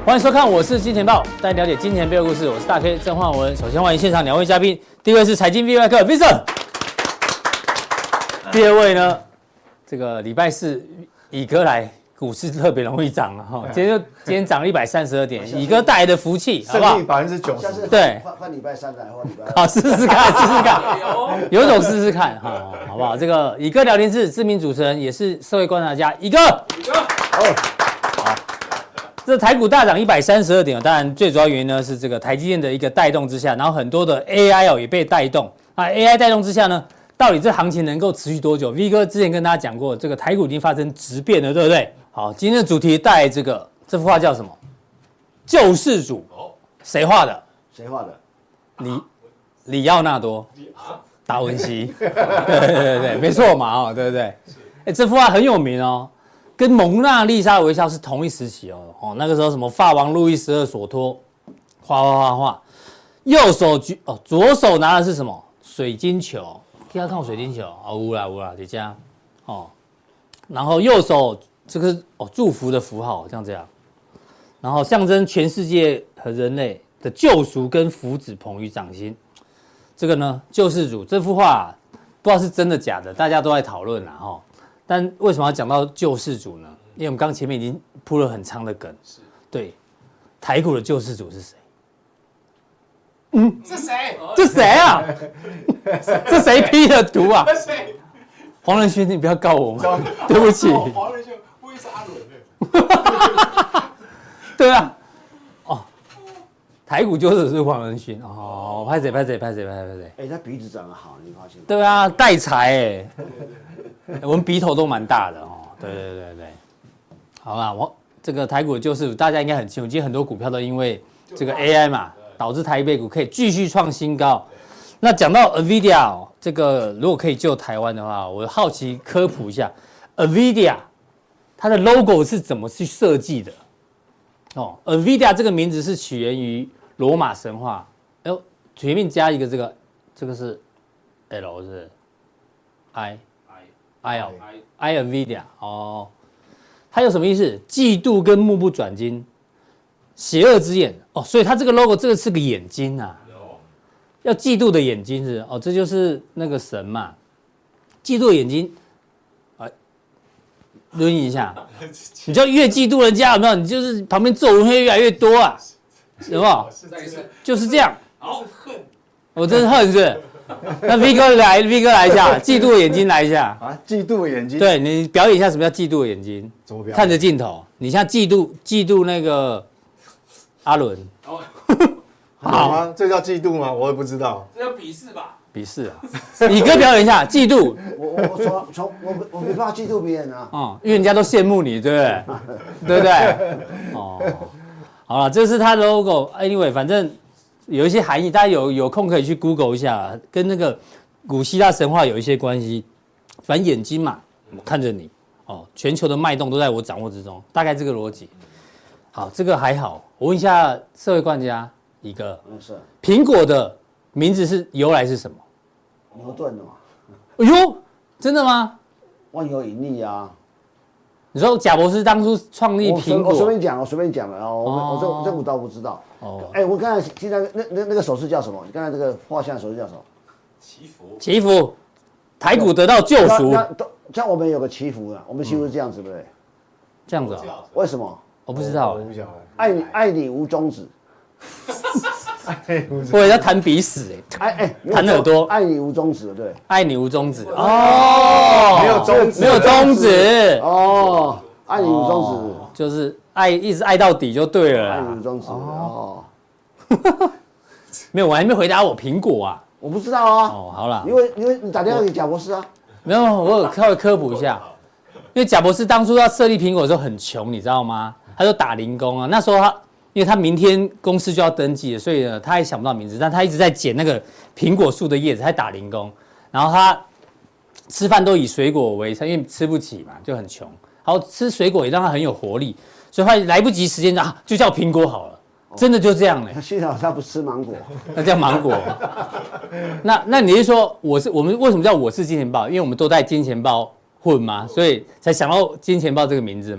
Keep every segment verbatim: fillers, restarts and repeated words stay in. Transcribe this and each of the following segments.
欢迎收看，我是金钱豹，带你了解金钱背后故事。我是大 K 郑焕文。首先欢迎现场两位嘉宾，第一位是财经 V I 客 Vincent， 第二位呢，这个礼拜四乙哥来，股市特别容易涨了哈。今天就今天涨了一百三十二点，乙哥带来的福气，好不好？ 胜率百分之九十。 对， 换换礼拜三来，换礼拜二。 好，试试看，试试看，有种试试看哈，好不好？这个乙哥聊天室知名主持人，也是社会观察家，乙哥，乙哥，好。这台股大涨一百三十二点，当然最主要原因呢是这个台积电的一个带动之下，然后很多的 A I 哦也被带动。那 A I 带动之下呢，到底这行情能够持续多久 ？V 哥之前跟大家讲过，这个台股已经发生质变了，对不对？好，今天的主题带这个这幅画叫什么？救世主，谁画的？ 谁画的？ 里里奥纳多，达文西。对对对对，没错嘛，哦，对不对？哎，这幅画很有名哦。跟蒙娜丽莎微笑是同一时期哦，哦，那个时候什么法王路易十二所托，画画画画，右手举哦，左手拿的是什么？水晶球，可以看水晶球哦，有啦有啦，你家哦，然后右手这个哦祝福的符号，像这样，然后象征全世界和人类的救赎跟福祉捧于掌心。这个呢，救世主这幅画不知道是真的假的，大家都在讨论啦哈。哦，但为什么要讲到救世主呢？因为我们刚前面已经铺了很长的梗，对，台股的救世主是谁？ 嗯，是谁？ 这谁啊？这谁 P 的图啊？黄仁勋，你不要告我们，对不起。 黄仁勋不会是阿伦的？ 对啊，哦，台股救世主是黄仁勋哦，拍谁拍谁拍谁拍谁拍谁？ 哎，他鼻子长得好，你发现？ 对啊，带财哎。我们鼻头都蛮大的哦，对对对对，好啦，我这个台股就是大家应该很清楚，今天很多股票都因为这个 A I 嘛，导致台北股可以继续创新高。那讲到 NVIDIA 哦，这个如果可以救台湾的话，我好奇科普一下 NVIDIA 它的 logo 是怎么去设计的？哦 ，NVIDIA 这个名字是起源于罗马神话，哎呦，前面加一个这个，这个是 L 是不是 I。I 哦 ，I NVIDIA 哦，它有什么意思？嫉妒跟目不转睛，邪恶之眼哦，所以它这个 logo 这个是个眼睛啊，要嫉妒的眼睛是哦，这就是那个神嘛，嫉妒的眼睛，啊，抡一下，你就越嫉妒人家有没有？你就是旁边皱纹会越来越多啊，有没有？就是这样， 好恨， 我真是恨是不是？那 V 哥来 ，V 哥来一下，嫉妒的眼睛来一下啊！嫉妒的眼睛， 对你表演一下什么叫嫉妒的眼睛？ 怎么表演？ 看着镜头，你像嫉妒嫉妒那个阿伦， 哦，好吗？这叫嫉妒吗？我也不知道，这叫鄙视吧？ 鄙视啊！你哥表演一下嫉妒。 我我我从从我我没办法嫉妒别人啊。 哦，因为人家都羡慕你，对不对？对不对？哦，好了，这是他的 logo。Anyway， 反正。有一些含义，大家有有空可以去 Google 一下，跟那个古希腊神话有一些关系。反正眼睛嘛，我看着你，哦，全球的脉动都在我掌握之中，大概这个逻辑。好，这个还好。我问一下社会观察家一个， 嗯，是。 苹果的名字是由来是什么？ 牛顿的嘛。 哎呦，真的吗？ 万有引力啊。 你说贾博士当初创立苹果， 我随便讲，我随便讲了哦，我我这这我倒不知道。哦，哎，我刚才听到那那那个手势叫什么？你刚才这个画像手势叫什么？ 祈福。 祈福，台股得到救赎。 那都像我们有个祈福啊，我们祈福是这样子，对不对？ 这样子啊？ 为什么？ 我不知道， 我不晓得。 爱你爱你无终止。 我也在弹鼻屎哎，哎哎，弹耳朵， 爱你无终止，对， 爱你无终止哦， 没有终止， 没有终止哦，爱你无终止， 就是爱一直爱到底就对了啦， 爱你无终止哦， 没有，我还没回答我苹果啊， 我不知道啊， 哦，好啦， 因为因为你打电话给贾博士啊， 没有，我有稍微科普一下，因为贾博士当初要设立苹果的时候很穷，你知道吗？他就打零工啊，那时候他。因为他明天公司就要登记了，所以呢，他也想不到名字，但他一直在捡那个苹果树的叶子，还打零工。然后他吃饭都以水果为餐，因为吃不起嘛，就很穷。然后吃水果也让他很有活力，所以他来不及时间啊，就叫苹果好了。真的就这样嘞。 幸好他不吃芒果， 那叫芒果。那那你是说我是我们为什么叫我是金钱豹？因为我们都在金钱豹混嘛，所以才想到金钱豹这个名字嘛。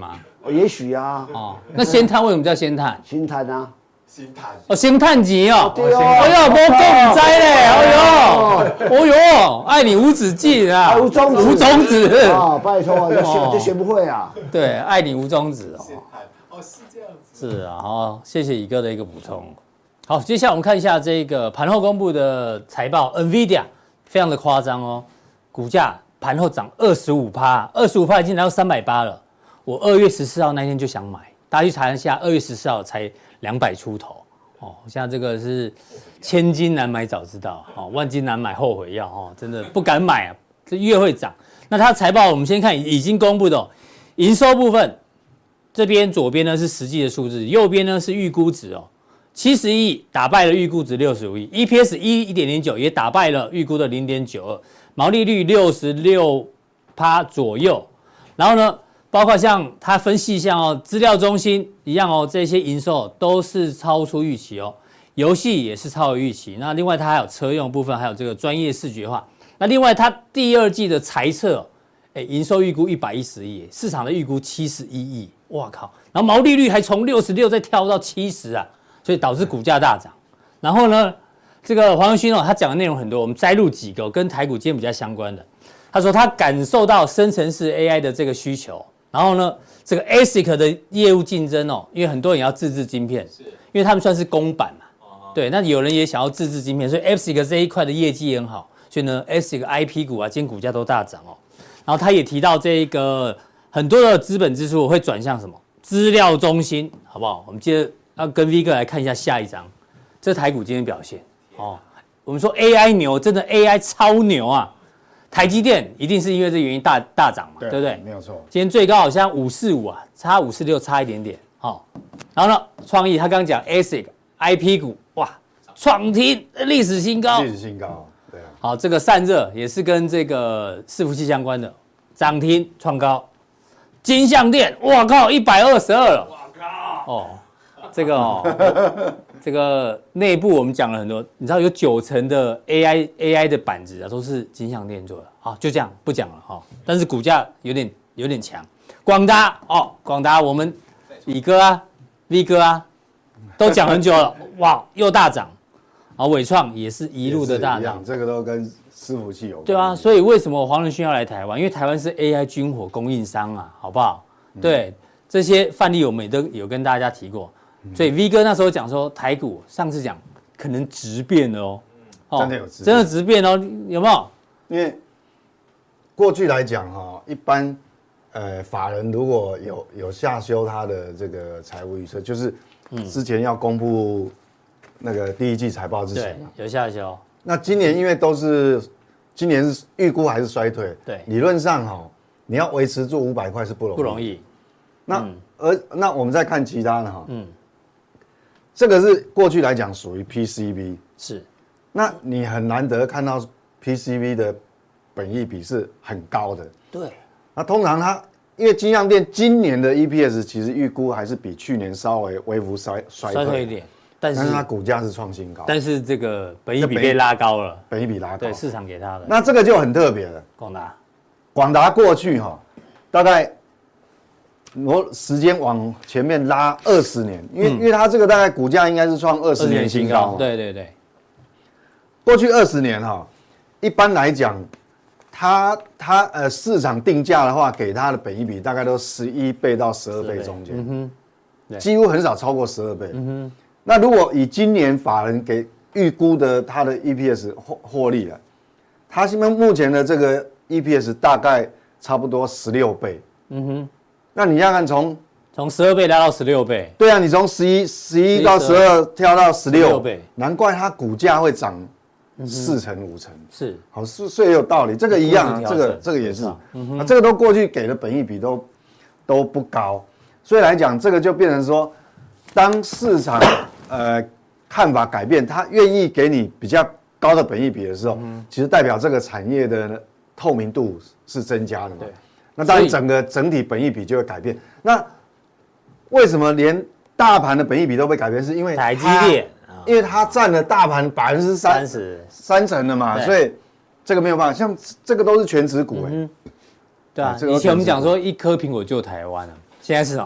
也许啊。 哦，那先探为什么叫先探？ 星探啊。 星探哦，星探级哦， 对哦， 哎呦，无讲唔知嘞，哎呦，哦呦，爱你无止境啊， 无终止， 无终止啊，拜托，这学这学不会啊。 对，爱你无终止哦。 哦，是这样子。 是啊，好，谢谢乙哥的一个补充。好，接下来我们看一下这个盘后公布的财报 ，NVIDIA 非常的夸张哦，股价盘后涨二十五趴，二十五趴已经来到三百八了。我二月十四号那天就想买，大家去查一下，二月十四号才两百出头哦。像这个是千金难买早知道，哦，万金难买后悔药哦，真的不敢买啊，这越会涨。那它财报我们先看已经公布的、哦、营收部分，这边左边呢是实际的数字，右边呢是预估值哦。七十亿打败了预估值六十五亿 ，E P S 一点零九也打败了预估的零点九二，毛利率六十六趴左右。然后呢，包括像它分细项哦，资料中心一样哦，这些营收都是超出预期哦，游戏也是超于预期。那另外它还有车用部分，还有这个专业视觉化。那另外它第二季的财测，哎，营收预估一百一十亿，市场的预估七十一亿，哇靠！然后毛利率还从六十六再跳到七十啊。所以导致股价大涨，然后呢，这个黄仁勋哦，他讲的内容很多，我们摘录几个跟台股今天比较相关的。他说他感受到生成式 A I 的这个需求，然后呢，这个 A S I C 的业务竞争哦，因为很多人要自制晶片，因为他们算是公版嘛，对，那有人也想要自制晶片，所以 A S I C 这一块的业绩也很好，所以呢 A S I C I P 股啊，今天股价都大涨哦。然后他也提到这个很多的资本支出会转向什么资料中心，好不好？我们接着。要跟 V 哥来看一下下一张，这台股今天表现哦。我们说 A I 牛，真的 A I 超牛啊！台积电一定是因为这原因大大涨嘛， 对, 对不对？ 没有错。 今天最高好像五四五啊，差五四六差一点点哦。然后呢，创意他刚刚讲 A S I C I P 股哇，创停历史新高， 历史新高，对啊。 好，这个散热也是跟这个伺服器相关的，涨停创高。金像电，哇靠，一百二十二了，哇靠，哦。这个哦，这个内部我们讲了很多，你知道有九成的 A I A I 的板子啊都是金像电做的，好就这样不讲了哈、哦。但是股价有点有点强，广达哦，广达我们李哥啊、V 哥啊都讲很久了，哇又大涨，啊伟创也是一路的大涨， 这个都跟伺服器有关。 对啊，所以为什么黄仁勋要来台湾？因为台湾是 A I 军火供应商啊，好不好？嗯、对这些范例我们也都有跟大家提过。所以 V 哥那时候讲说台股上次讲可能质变了哦， 哦真的有质变， 真的质变哦，有没有？ 因为过去来讲哈、哦，一般呃法人如果有有下修他的这个财务预测，就是之前要公布那个第一季财报之前、啊、 对有下修。 那今年因为都是今年是预估还是衰退， 对， 理论上哈、哦，你要维持住五百块是不容易， 不容易。 那、嗯、而那我们再看其他的哈， 嗯。 这个是过去来讲属于 P C B， 是， 那你很难得看到 P C B 的本益比是很高的。 对， 那通常它因为金像电今年的 E P S 其实预估还是比去年稍微微幅衰衰退衰退一点，但是但是它股价是创新高， 但是这个本益比被拉高了， 本益比拉高， 对市场给它的。 那这个就很特别了。 广达， 广达过去哈、哦，大概。我时间往前面拉二十年，因为、嗯、因为它这个大概股价应该是创二十年新高， 对对对。 过去二十年哈、哦，一般来讲，它它呃市场定价的话，给它的本益比大概都十一倍到十二倍中间，嗯哼，几乎很少超过十二倍。嗯哼，那如果以今年法人给预估的它的 E P S 获获利了，它现在目前的这个 E P S 大概差不多十六倍。嗯哼。那你看看从从十二倍拉到十六倍， 对啊，你从十一十一到十二跳到十六倍，难怪它股价会涨四成五成， 是好是所以有道理，这个一样啊，这个这个也是，嗯、啊，这个都过去给的本益比都都不高，所以来讲这个就变成说，当市场呃看法改变，他愿意给你比较高的本益比的时候，嗯、其实代表这个产业的透明度是增加的嘛。对。那当然，整个整体本益比就会改变。那为什么连大盘的本益比都被改变？是因为台积电， 因为它占了大盘百分之三十三成的嘛，所以这个没有办法。像这个都是全指股哎、欸， 对啊。以前我们讲说一颗苹果救台湾啊，现在是什么？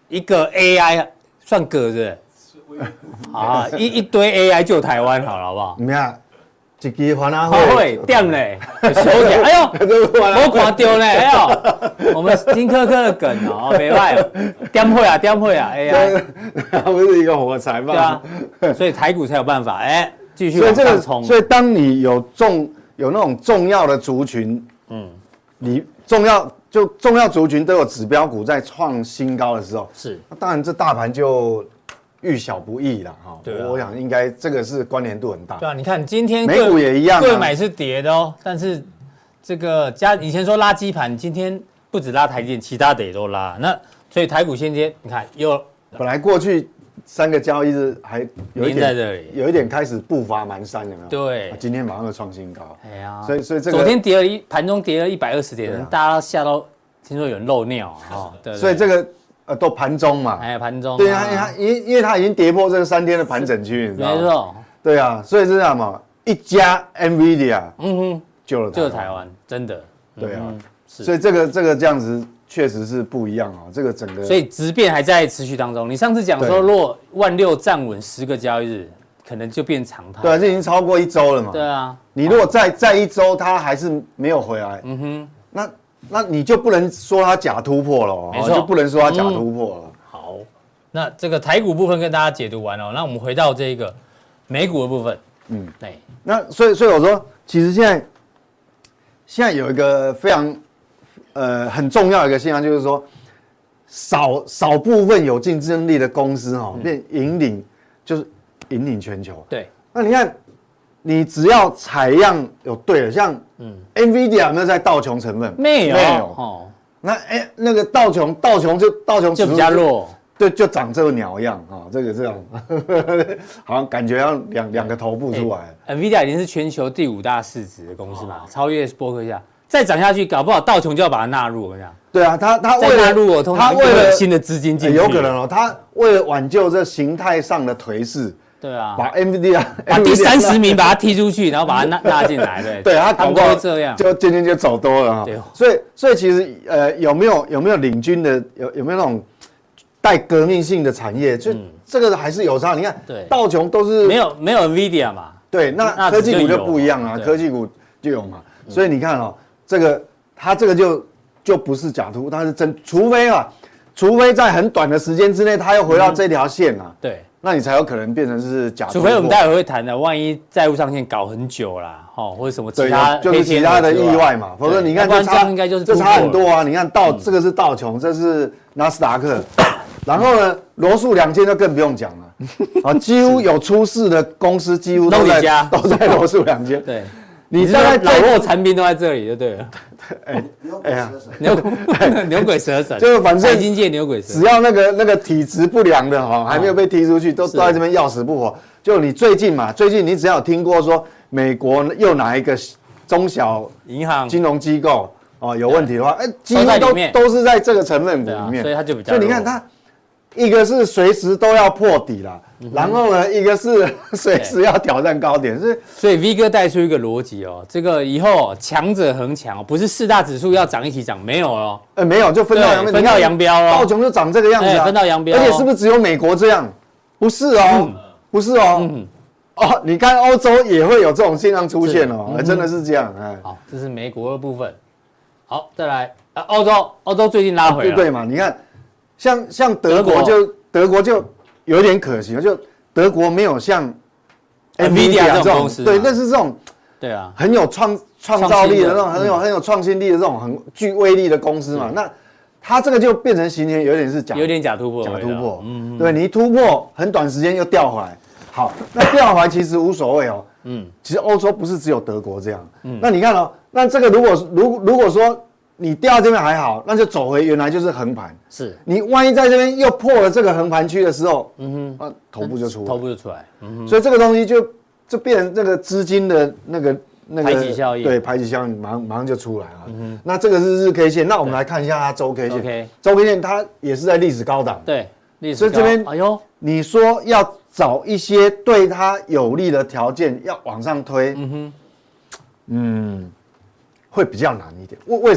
一个 A I 算鸽子，啊，一一堆 A I 救台湾好了，好不好？ 你看，一支华纳会会点嘞，小点，哎呦，我看到嘞，哎呦，我们金科科的梗哦，没坏哦，点会啊，点会啊 ，A I， 它不是一个火柴吗？ 对啊，所以台股才有办法，哎，继续往所以这个上冲。 所以当你有重有那种重要的族群，嗯，你重要。就重要族群都有指标股在创新高的时候， 是， 那当然这大盘就遇小不易了哈。 对、啊， 我想应该这个是关联度很大。 对啊，你看今天美股也一样、啊， 贵买是跌的哦，但是这个加以前说拉基盘，今天不止拉台积电，其他的也都拉。那所以台股先天你看又本来过去三个交易日还有一点在这里，有一点开始步伐蹒跚，有没有？ 对， 今天马上就创新高。 哎呀， 所以所以这个昨天跌了一盘中跌了一百二十点，啊、大家吓到。听说有人漏尿啊，哦，对， 所以这个呃都盘中嘛， 哎，盘中， 对啊，它因因为它已经跌破这个三天的盘整区，你知道吗？ 没错， 对啊，所以是这样嘛，一家 NVIDIA， 嗯哼， 救了救了台湾，真的， 对啊， 嗯、 所以这个这个这样子确实是不一样啊，这个整个， 所以质变还在持续当中。你上次讲说，若万六站稳十个交易日，可能就变常态， 对啊，这已经超过一周了嘛， 对啊， 你如果再再一周它还是没有回来，嗯哼，那。那你就不能说它假突破了哦， 没错， 就不能说它假突破了。 嗯、好，那这个台股部分跟大家解读完了，那我们回到这个美股的部分。嗯，对。 那所以所以我说，其实现在现在有一个非常呃很重要的一个现象，就是说少少部分有竞争力的公司哈、哦，变引领就是引领全球。 对。 那你看。你只要采样有对了，像嗯 ，NVIDIA 有没有在道琼成分？ 没有， 没有。哦，那哎、欸，那个道琼，道琼就道琼就比较弱， 对，就长这个鸟样啊、哦，这个这样，好像感觉要两两个头部出来。 欸、NVIDIA 已经是全球第五大市值的公司嘛，哦、超越波克夏，再涨下去，搞不好道琼就要把它纳入。我跟你讲， 对啊，他他为了纳入我，通常为了新的资金进去、 欸，有可能哦，他为了挽救这形态上的颓势。 对啊， 把 NVIDIA 把第三十名把它踢出去，然后把它纳纳进来，对， 对，他他们都会这样， 就渐渐就走多了哈。对，所以所以其实呃有没有有没有领军的有有没有那种带革命性的产业，就这个还是有差。你看， 对， 道琼都是没有没有 NVIDIA 嘛， 对，那科技股就不一样啊，科技股就有嘛。所以你看哦，这个它这个就就不是假突，它是真，除非啊，除非在很短的时间之内，它又回到这条线啊。 对。 那你才有可能变成是假突破， 除非我们待会会谈的，万一债务上限搞很久啦，哦，或者什么其他就是其他的意外嘛，否则你看这差应该就是这差很多啊！你看道这个是道琼，这是纳斯达克，然后呢，罗素两千就更不用讲了，啊，几乎有出事的公司几乎都在都在罗素两千。 对，你大概老弱残兵都在这里就对了。 哎哎呀， 牛牛鬼蛇神， 就是反正财经界牛鬼蛇神， 只要那个那个体质不良的哈，还没有被踢出去，都都在这边要死不活。就你最近嘛，最近你只要有听过说美国又哪一个中小银行金融机构哦有问题的话，哎，几乎都都是在这个成分股里面， 所以它就比较。 所以你看它，一个是随时都要破底啦，然后呢，一个是随时要挑战高点，所以所以 V 哥带出一个逻辑哦，这个以后强者恒强，不是四大指数要涨一起涨，没有哦， 呃，没有就分道扬镳， 分道扬镳哦， 道琼就长这个样子啊， 分道扬镳， 而且是不是只有美国这样？不是哦，不是哦，哦，你看欧洲也会有这种现象出现哦，真的是这样，哎， 好，这是美国的部分，好，再来啊，欧洲，欧洲最近拉回了， 对嘛？你看，像像德国就德国就有点可惜，就德国没有像 NVIDIA 这种公司， 对，那是这种， 对啊， 很有创创造力的那种，很有很有创新力的这种很具威力的公司嘛，那。它这个就变成形成有点是假， 有点假突破， 假突破，嗯，对，你一突破很短时间又掉回来，好，那掉回来其实无所谓哦，嗯，其实欧洲不是只有德国这样，嗯，那你看哦，那这个如果如如果说你掉到这边还好，那就走回原来就是横盘， 是你万一在这边又破了这个横盘区的时候，嗯哼，啊，头部就出来， 头部就出来，嗯哼， 所以这个东西就就变成这个资金的那个。那个排挤效应， 对，排挤效应马上马上就出来了。嗯、那这个是日 K 线，那我们来看一下它周 K 线。 OK， 周 K 线它也是在历史高档。 对，历史高。所以这边， 哎呦， 你说要找一些对它有利的条件要往上推，嗯哼，嗯，会比较难一点。为为什么？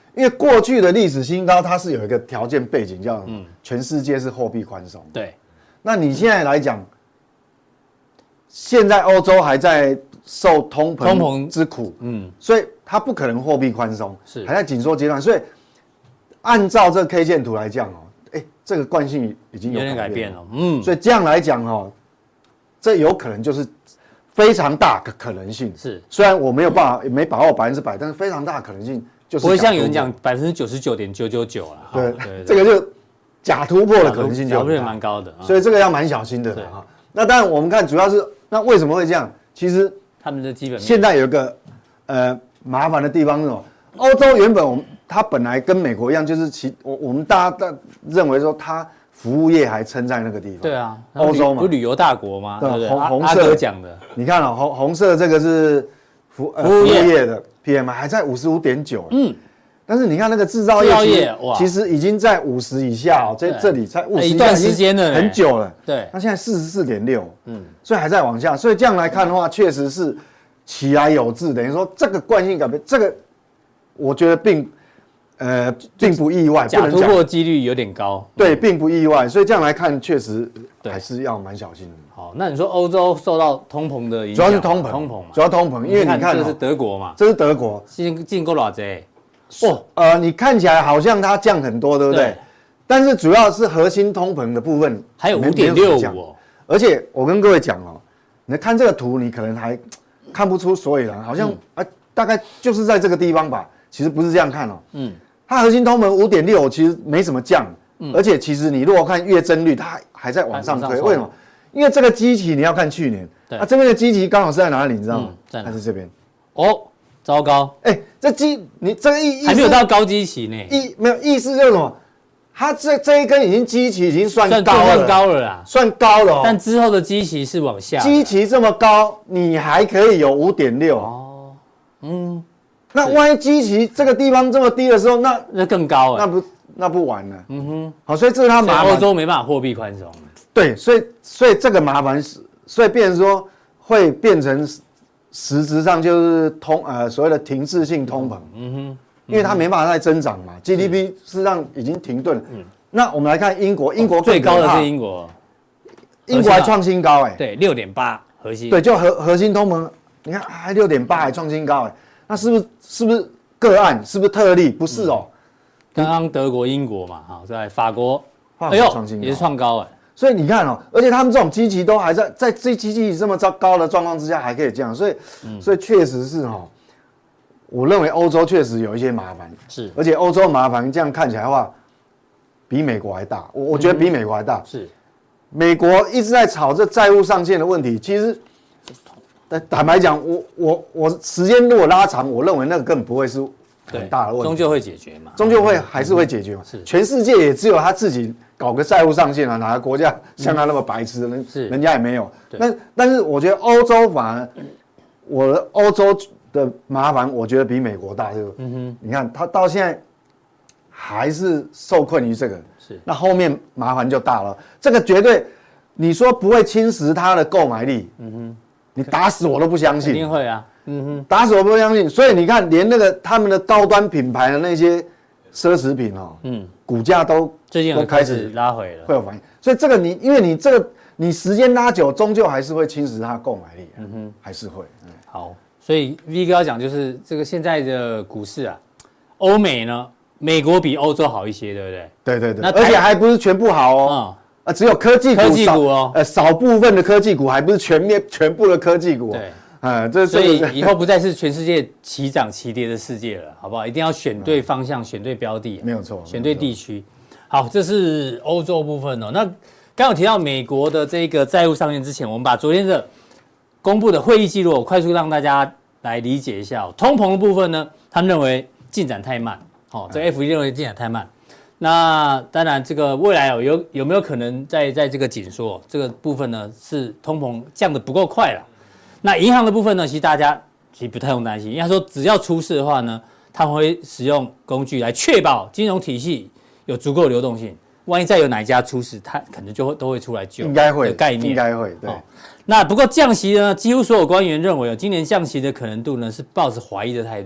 因为过去的历史新高，它是有一个条件背景，叫嗯，全世界是货币宽松。 对， 那你现在来讲，现在欧洲还在受通膨通膨之苦，嗯，所以它不可能货币宽松，是还在紧缩阶段。所以按照这 K 线图来讲哦，哎，这个惯性已经有点改变了， 嗯，所以这样来讲哦，这有可能就是非常大的可能性。是，虽然我没有办法，没把握百分之百，但是非常大的可能性。 不会像有人讲百分之九十九点九九九了， 对，对这个就假突破的可能性就蛮高的， 所以这个要蛮小心的哈。那当然我们看主要是那为什么会这样？其实他们的基本面现在有一个呃麻烦的地方是什么？欧洲原本我们它本来跟美国一样，就是其我我们大家认为说它服务业还撑在那个地方。 对啊， 欧洲嘛， 不旅游大国吗？对不对？ 红红色讲的， 你看哦，红红色这个是服服务业的。P M I 还在五十五点九，嗯，但是你看那个制造业，其实已经在五十以下哦，在这里才五十一段时间了， 很久了， 对， 那现在四十四点六，嗯，所以还在往下，所以这样来看的话，确实是起来有致，等于说这个惯性改变，这个我觉得并呃并不意外， 假突破几率有点高， 对，并不意外，所以这样来看，确实还是要蛮小心的。 好，那你说欧洲受到通膨的影响， 主要是通膨， 通膨嘛， 主要通膨，因为你看这是德国嘛， 这是德国进进过多少？ 哦，呃，你看起来好像它降很多，对不对？但是主要是核心通膨的部分还有五点六五， 而且我跟各位讲哦，你看这个图，你可能还看不出所以然，好像啊大概就是在这个地方吧，其实不是这样看哦，嗯，它核心通膨五点六其实没什么降，嗯，而且其实你如果看月增率，它还在往上推，为什么？因为这个基期你要看去年，啊，这边的基期刚好是在哪里，你知道吗？它是这边。 哦，糟糕！ 哎，这基你这个意还没有到高基期呢。 意没有意思就是什么？它这这一根已经基期已经算高了， 算高了啦， 算高了。 但之后的基期是往下。 基期这么高，你还可以有五点六。哦，嗯，那万一基期这个地方这么低的时候，那那更高哎，那不那不完了。嗯哼，好，所以这是它麻烦。 欧洲没办法货币宽松。 对，所以所以这个麻烦是，所以变成说会变成实质上就是通呃所谓的停滞性通膨，嗯哼，因为它没办法再增长嘛 ，G D P 事实上已经停顿了。嗯，那我们来看英国，英国最高的是英国， 英国还创新高哎， 对，六点八核心， 对，就核核心通膨，你看还六点八还创新高哎，那是不是是不是个案？是不是特例？不是哦， 刚刚德国、英国嘛，哈，在法国，哎呦，也是创高哎。 所以你看哦，而且他们这种基期都还在在这基期这么糟高的状况之下，还可以这样，所以，嗯、所以确实是哈、哦，我认为欧洲确实有一些麻烦，是，而且欧洲麻烦这样看起来的话，比美国还大，我我觉得比美国还大，嗯、是，美国一直在吵这债务上限的问题，其实，坦白讲，我我我时间如果拉长，我认为那个根本不会是很大的问题， 终究会解决嘛， 终究会还是会解决嘛，是，全世界也只有他自己。搞个债务上限啊，哪个国家像他那么白痴？人、嗯、人家也没有。但但是我觉得欧洲反而，我的欧洲的麻烦，我觉得比美国大。就嗯哼，你看他到现在还是受困于这个，是那后面麻烦就大了。这个绝对，你说不会侵蚀他的购买力，嗯哼，你打死我都不相信。 一定会啊，嗯哼， 打死我不相信。所以你看，连那个他们的高端品牌的那些奢侈品哦，嗯，股价都。 最近都开始拉回了， 会有反应，所以这个你因为你这个你时间拉久，终究还是会侵蚀它的购买力，嗯哼，还是会。嗯、 好，所以 V 哥要讲就是这个现在的股市啊，欧美呢，美国比欧洲好一些，对不对？ 对对对，那而且还不是全部好哦，啊、嗯，只有科技股， 科技股哦， 呃，少部分的科技股，还不是全面全部的科技股、哦，对。 啊、嗯，这所以以后不再是全世界齐涨齐跌的世界了，好不好？一定要选对方向，嗯、选对标的， 没有错， 选对地区。好，这是欧洲部分哦。那刚有提到美国的这个债务上限之前，我们把昨天的公布的会议记录，我快速让大家来理解一下、哦。通膨的部分呢，他们认为进展太慢，哦，这个 F E D 认为进展太慢。那当然，这个未来哦，有有没有可能在在这个紧缩这个部分呢，是通膨降得不够快了？那银行的部分呢，其实大家其实不太用担心，因为他说只要出事的话呢，他们会使用工具来确保金融体系有足够的流动性，万一再有哪一家出事，它可能就会都会出来救， 应该会概念， 应该会对、哦。 那不过降息呢，几乎所有官员认为，今年降息的可能度呢是抱着怀疑的态度，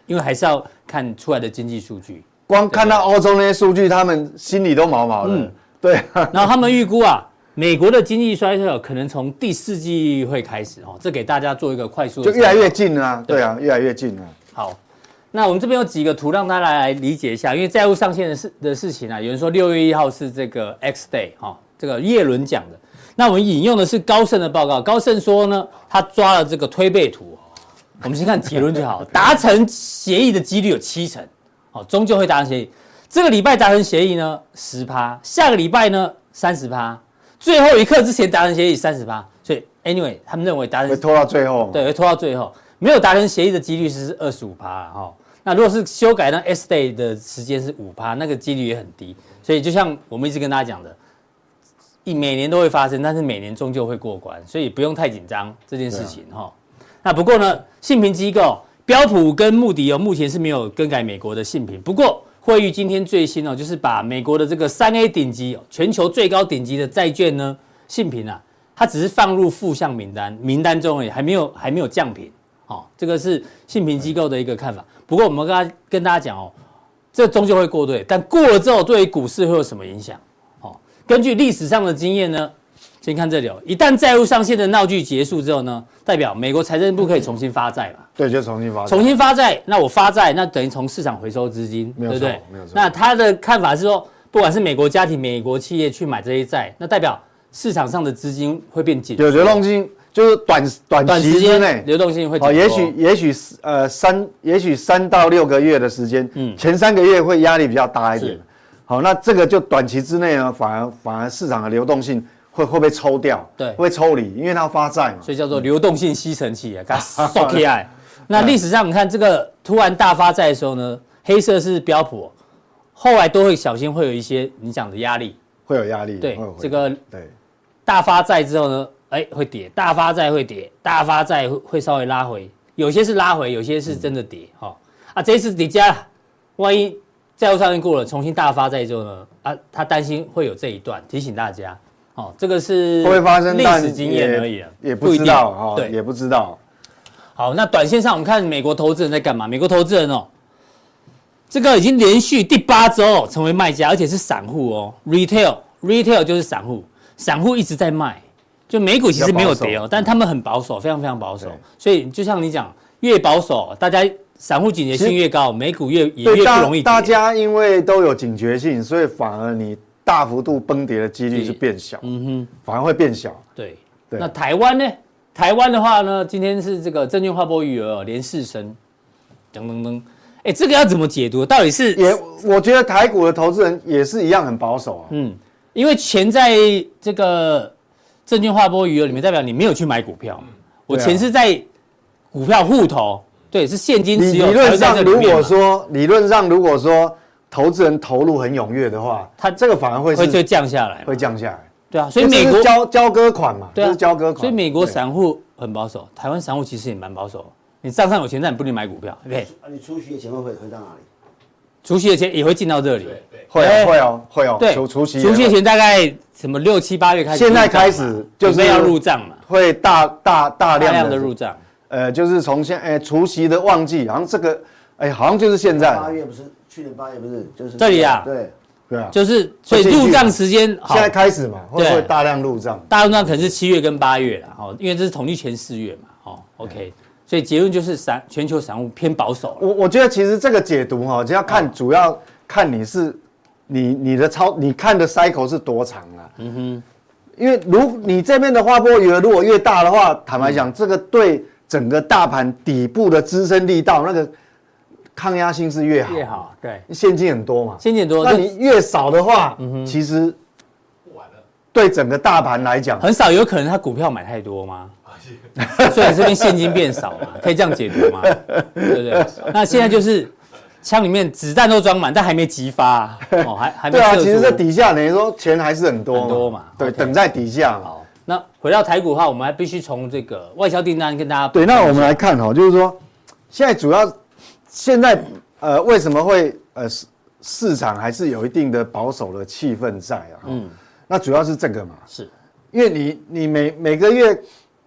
因为还是要看出来的经济数据。 光看到欧洲那些数据，他们心里都毛毛的。嗯，对、啊。 然后他们预估啊，美国的经济衰退可能从第四季会开始哦，这给大家做一个快速的。 就越来越近了、啊。对啊，越来越近了。 好，那我们这边有几个图让大家来理解一下，因为债务上限的事的事情啊，有人说六月一号是这个 X Day 哈、哦，这个耶伦讲的。那我们引用的是高盛的报告，高盛说呢，他抓了这个推背图，我们先看结论就好，达成协议的几率有七成。好，终究会达成协议。这个礼拜达成协议呢，十趴；下个礼拜呢，三十趴；最后一刻之前达成协议，三十趴。所以 ，anyway， 他们认为达成会拖到最后， 对，会拖到最后。没有达成协议的几率是二十五趴哈。那如果是修改那 S day 的时间是五趴，那个几率也很低。所以就像我们一直跟大家讲的，一每年都会发生，但是每年终究会过关，所以不用太紧张这件事情哈、啊。那不过呢，信评机构。标普跟穆迪哦，目前是没有更改美国的信评。不过，惠誉今天最新哦，就是把美国的这个三 A 顶级、全球最高顶级的债券呢信评啊，它只是放入负向名单，名单中而已，还没有还没有降评。哦，这个是信评机构的一个看法。不过，我们跟他跟大家讲哦，这终究会过对，但过了之后，对于股市会有什么影响？哦，根据历史上的经验呢，先看这里哦，一旦债务上限的闹剧结束之后呢，代表美国财政部可以重新发债嘛？ 对，就重新发债。 重新发债，那我发债，那等于从市场回收资金，对不对？ 没有错。 那他的看法是说，不管是美国家庭、美国企业去买这些债，那代表市场上的资金会变紧， 有流动性，就是短短期之内流动性会紧缩。 哦，也许也许呃三，也许三到六个月的时间，嗯，前三个月会压力比较大一点。好，那这个就短期之内呢，反而反而市场的流动性。会会被抽掉， 对， 会被抽离，因为它要发债嘛， 所以叫做流动性吸尘器啊，给它收起来。那历史上你看这个突然大发债的时候呢，黑色是标普，后来都会小心会有一些你讲的压力， 会有压力， 对，这个对大发债之后呢，哎会跌，大发债会跌，大发债会稍微拉回，有些是拉回，有些是真的跌，哈、嗯哦、啊这一次叠加，万一债务上限过了，重新大发债之后呢，啊他担心会有这一段，提醒大家。哦，这个是会不会发生历史经验而已， 也不知道哦，对，也不知道。 好，那短线上我们看美国投资人在干嘛？美国投资人哦，这个已经连续第八周成为卖家，而且是散户哦 ，retail retail 就是散户，散户一直在卖，就美股其实没有跌哦，但他们很保守，非常非常保守。所以就像你讲，越保守，大家散户警觉性越高，美股越也越不容易跌。 大家因为都有警觉性，所以反而你。大幅度崩跌的几率是变小，嗯哼，反而会变小。 对，对。那台湾呢？台湾的话呢，今天是这个证券划拨余额连四升，噔噔噔。哎，这个要怎么解读？到底是也？我觉得台股的投资人也是一样很保守啊。 嗯，因为钱在这个证券划拨余额里面，代表你没有去买股票。我钱是在股票户头，对，是现金持有。 理论上，如果说理论上如果说。投资人投入很踊跃的话，他这个反而会会会降下来， 会降下来。 对啊，所以美国交交割款嘛， 对啊， 交割款。 所以美国散户很保守，台湾散户其实也蛮保守。你账上有钱，但你不能买股票，对不对？ 啊，你除息的钱会会到哪里？ 除息的钱也会进到这里， 会哦会哦会哦。 对， 除息除息的钱大概什么六七八月开始， 现在开始就是要入账嘛， 会大大大量的入账。 呃，就是从现哎除息的旺季，好像这个哎好像就是现在八月不是。去年八月不是就是这里啊， 对对啊， 就是所以入账时间现在开始嘛，会不会大量入账？ 大入账可能是七月跟八月啦，哦，因为这是统计前四月嘛，哦 ，OK， 所以结论就是散全球散户偏保守。 我我觉得其实这个解读哈，就要看主要看你是你你的操你看的 cycle 是多长啊，嗯哼，因为如你这边的划拨余额如果越大的话，坦白讲，这个对整个大盘底部的支撑力道那个。抗压性是越好， 越好，对， 现金很多嘛， 现金很多， 那你越少的话，嗯、其实对整个大盘来讲， 很少有可能他股票买太多吗？所以这边现金变少嘛，可以这样解读吗？对不对？那现在就是枪里面子弹都装满，但还没激发、啊，哦，还还没对啊，其实这底下等于说钱还是很多很多嘛， 对， okay, 等在底下嘛。 好，那回到台股的话，我们还必须从这个外销订单跟大家对，那我们来看哈，就是说现在主要。现在呃，为什么会呃市场还是有一定的保守的气氛在啊？嗯，那主要是这个嘛， 是， 因为你你每每个月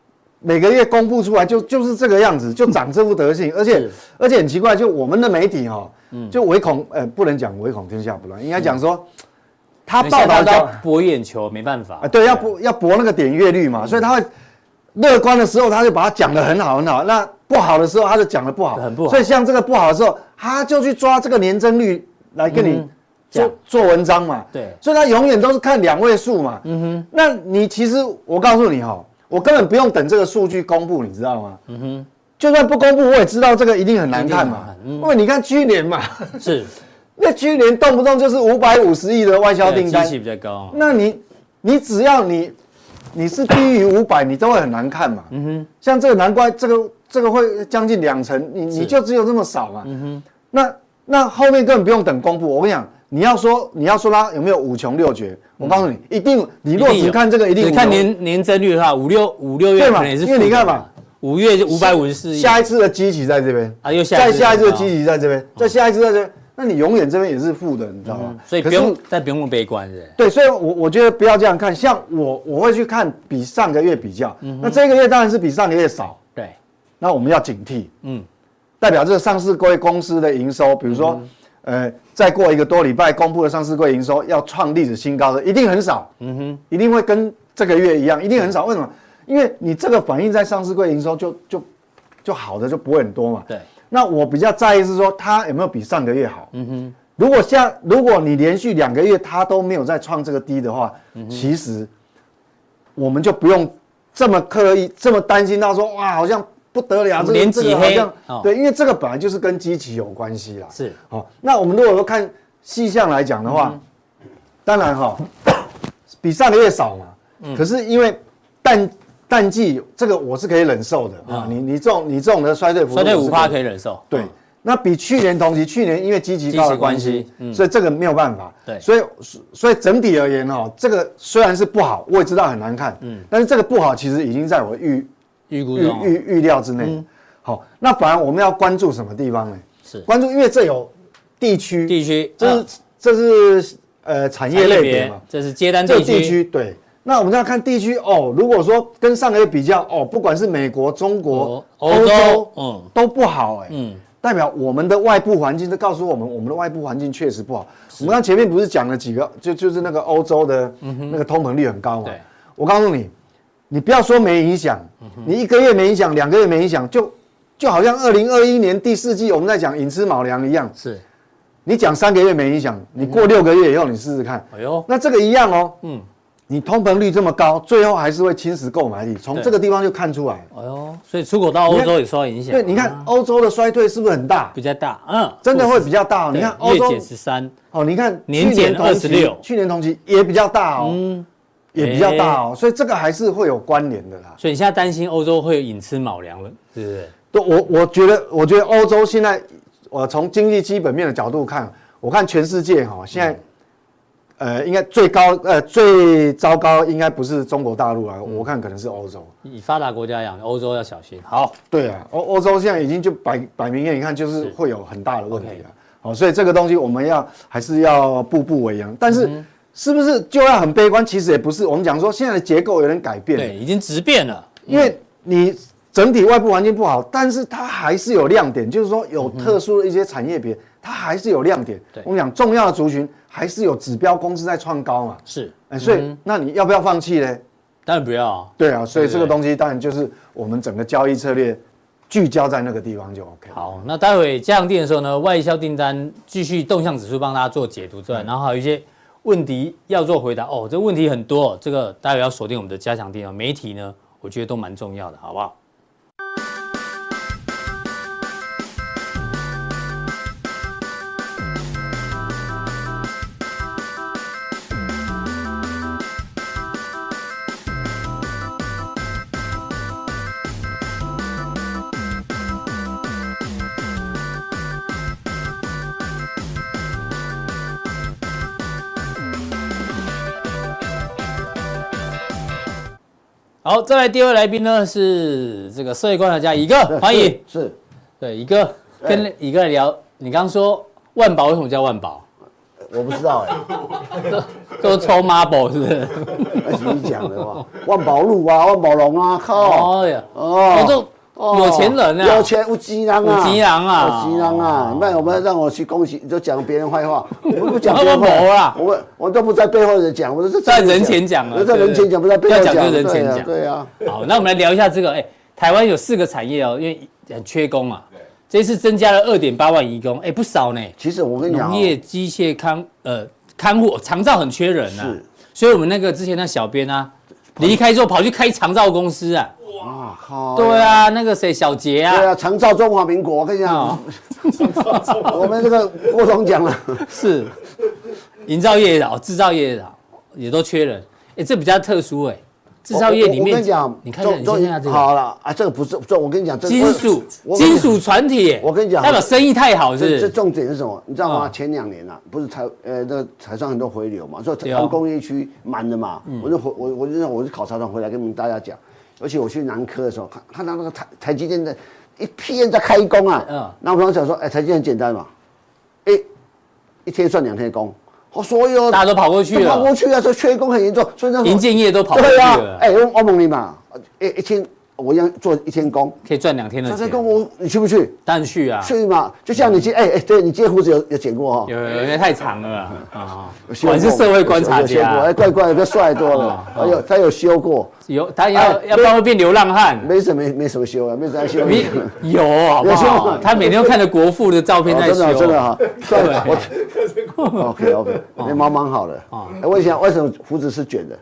每个月公布出来就就是这个样子，就长这副德性，而且而且很奇怪，就我们的媒体哈、哦，就唯恐呃不能讲唯恐天下不乱，应该讲说。他报道要博眼球，没办法啊，对，要博要博那个点阅率嘛，所以他会乐观的时候，他就把它讲得很好很好；那不好的时候，他就讲得不好， 很不好。 所以像这个不好的时候，他就去抓这个年增率来跟你做、嗯、做文章嘛。 对， 所以他永远都是看两位数嘛。嗯哼，那你其实我告诉你哈、哦，我根本不用等这个数据公布，你知道吗？嗯哼，就算不公布，我也知道这个一定很难看嘛。嗯、因为你看去年嘛， 是。 那去年动不动就是五百五十亿的外销订单， 机器比较高。 那你你只要你你是低于五百，你都会很难看嘛。嗯哼，像这个难怪这个这个会将近两成，你你就只有这么少嘛。嗯哼，那那后面根本不用等公布。我跟你讲，你要说你要说它有没有五穷六绝，我告诉你，一定你若只看这个，一定只看年年增率的话，五六五六月可能也是， 因为你看嘛。 五月就五百五十四亿， 下一次的基期在这边啊，又下再下一次的基期在这边，再下一次在这边。那你永远这边也是负的，你知道吗？ 嗯、所以不用，但不用那么悲观，是。 对，所以我我觉得不要这样看。像我我会去看比上个月比较，嗯、那这个月当然是比上个月少。 对， 那我们要警惕，嗯，代表这个上市柜公司的营收，比如说，嗯、呃，再过一个多礼拜公布的上市柜营收要创历史新高的，一定很少，嗯哼，一定会跟这个月一样，一定很少。为什么？因为你这个反映在上市柜营收就就就好的就不会很多嘛。 对。 那我比较在意是说它有没有比上个月好。嗯哼，如果像如果你连续两个月它都没有再创这个低的话，嗯、其实我们就不用这么刻意、这么担心到说哇，好像不得了，这个连几黑、 哦、对，因为这个本来就是跟基期有关系啦。 是。 哦，那我们如果说看细项来讲的话，嗯、当然哈、哦，比上个月少嘛。嗯、可是因为淡。淡季这个我是可以忍受的啊，你你这种你这种的衰退幅度， 衰退五趴可以忍受。 对，那比去年同期，去年因为基期高的关系，嗯、所以这个没有办法。 对， 所以所以整体而言哈、哦，这个虽然是不好，我也知道很难看，嗯，但是这个不好其实已经在我预预估预预预料之内。嗯、好，那反而我们要关注什么地方呢？ 是关注，因为这有地区地区， 这是、啊、这是呃产业类别嘛， 这是接单地区， 地区对。那我们要看地区哦，如果说跟上个月比较哦，不管是美国、中国、欧、哦、洲，嗯，都不好哎、欸，嗯，代表我们的外部环境，这告诉我们，我们的外部环境确实不好。我们刚前面不是讲了几个，就就是那个欧洲的那个通膨率很高嘛，对，我告诉你，你不要说没影响，嗯、你一个月没影响，两个月没影响，就就好像二零二一年第四季我们在讲寅吃卯粮一样， 是， 你讲三个月没影响，你过六个月以后你试试看，哎呦，那这个一样哦，嗯。你通膨率这么高，最后还是会侵蚀购买力，从这个地方就看出来。 哎呦，所以出口到欧洲也受到影响。 对，你看欧洲的衰退是不是很大？ 比较大，嗯， 真的会比较大。你看欧洲月减十三， 哦，你看年减二十六， 去年同期也比较大哦，嗯，也比较大哦，所以这个还是会有关联的啦。 所以你现在担心欧洲会寅吃卯粮了，是不是？ 对，我我觉得，我觉得欧洲现在，我从经济基本面的角度看，我看全世界哈，现在。呃，应该最高呃最糟糕应该不是中国大陆啊，嗯、我看可能是欧洲。 以发达国家讲，欧洲要小心。好， 对啊，欧欧洲现在已经就摆摆明了，你看就是会有很大的问题了。好、哦，所以这个东西我们要还是要步步为营。但是、嗯、是不是就要很悲观？其实也不是。我们讲说现在的结构有点改变， 对，已经质变了。 因为你整体外部环境不好，但是它还是有亮点，就是说有特殊的一些产业别，它还是有亮点。我们讲重要的族群。还是有指标公司在创高嘛？ 是， 哎、欸，所以、嗯、那你要不要放弃呢？ 当然不要、啊。 对啊，所以这个东西当然就是我们整个交易策略聚焦在那个地方就 OK。 好，那待会加强店的时候呢，外销订单继续动向指数帮大家做解读之外，嗯、然后还有一些问题要做回答哦。这问题很多，这个待会要锁定我们的加强店哦。媒体呢，我觉得都蛮重要的，好不好？好，再来第二位来宾呢是这个社会观察家乙哥，欢迎。 是， 对乙哥跟乙哥来聊，你刚刚说万宝为什么叫万宝？ 我不知道哎， 都都抽 marble 是不是？ 那是你讲的嘛，万宝路啊，万宝龙啊，靠！ 哦呀，哦，都有钱人啊， 有钱有钱人啊， 有钱人啊， 有钱人啊！那我们让我去恭喜，就讲别人坏话，我们不讲别人坏话， 我们我都不在背后人讲，我都是在人前讲啊， 在人前讲，不在背后讲，要讲就人前讲， 对啊。 好，那我们来聊一下这个，哎，台湾有四个产业哦，因为很缺工嘛。这一次增加了二点八万移工，哎，不少呢。 其实我跟你讲， 农业、机械、看呃看护、长照很缺人呐、啊，所以我们那个之前那小编啊，离开之后跑去开长照公司啊。哇靠！对啊，那个谁小杰啊。 对啊，长照中华民国，我跟你讲，哦、我们这个郭总讲了， 是营造业也好，制造业也好，也都缺人。哎，这比较特殊哎。制造业里面， 我跟你讲， 你看，你看下这个， 好了啊，这个不是，这我跟你讲， 金属金属船体， 我跟你讲， 代表生意太好，是不是？ 这重点是什么？你知道吗？前两年啊，不是台呃那个台上很多回流嘛，所以台湾工业区满了嘛，我就回我我就我是考察团回来跟你们大家讲，而且我去南科的时候，看看到那个台台积电的一批人在开工啊，嗯，那我刚想说，哎，台积电很简单嘛，哎，一天算两天工。哦，所有大家都跑过去了， 跑过去啊，这缺工很严重，所以那营建业都跑过去了。 对啊，哎，我我问你嘛，一一天我一样做一天工， 可以赚两天的钱。 这工我你去不去？ 当然去啊， 去嘛。就像你接，哎哎，对你接胡子有有剪过哈？ 有有，因为太长了啊。我是社会观察家， 哎，怪怪的，他帅多了。还有他有修过， 有他要要不然会变流浪汉。 没什么没什么修啊，没什么修。 有好不好？他每天都看着国父的照片在修， 真的真的哈。我。OK OK， 那毛蛮好的啊。问一下，为什么胡子是卷的？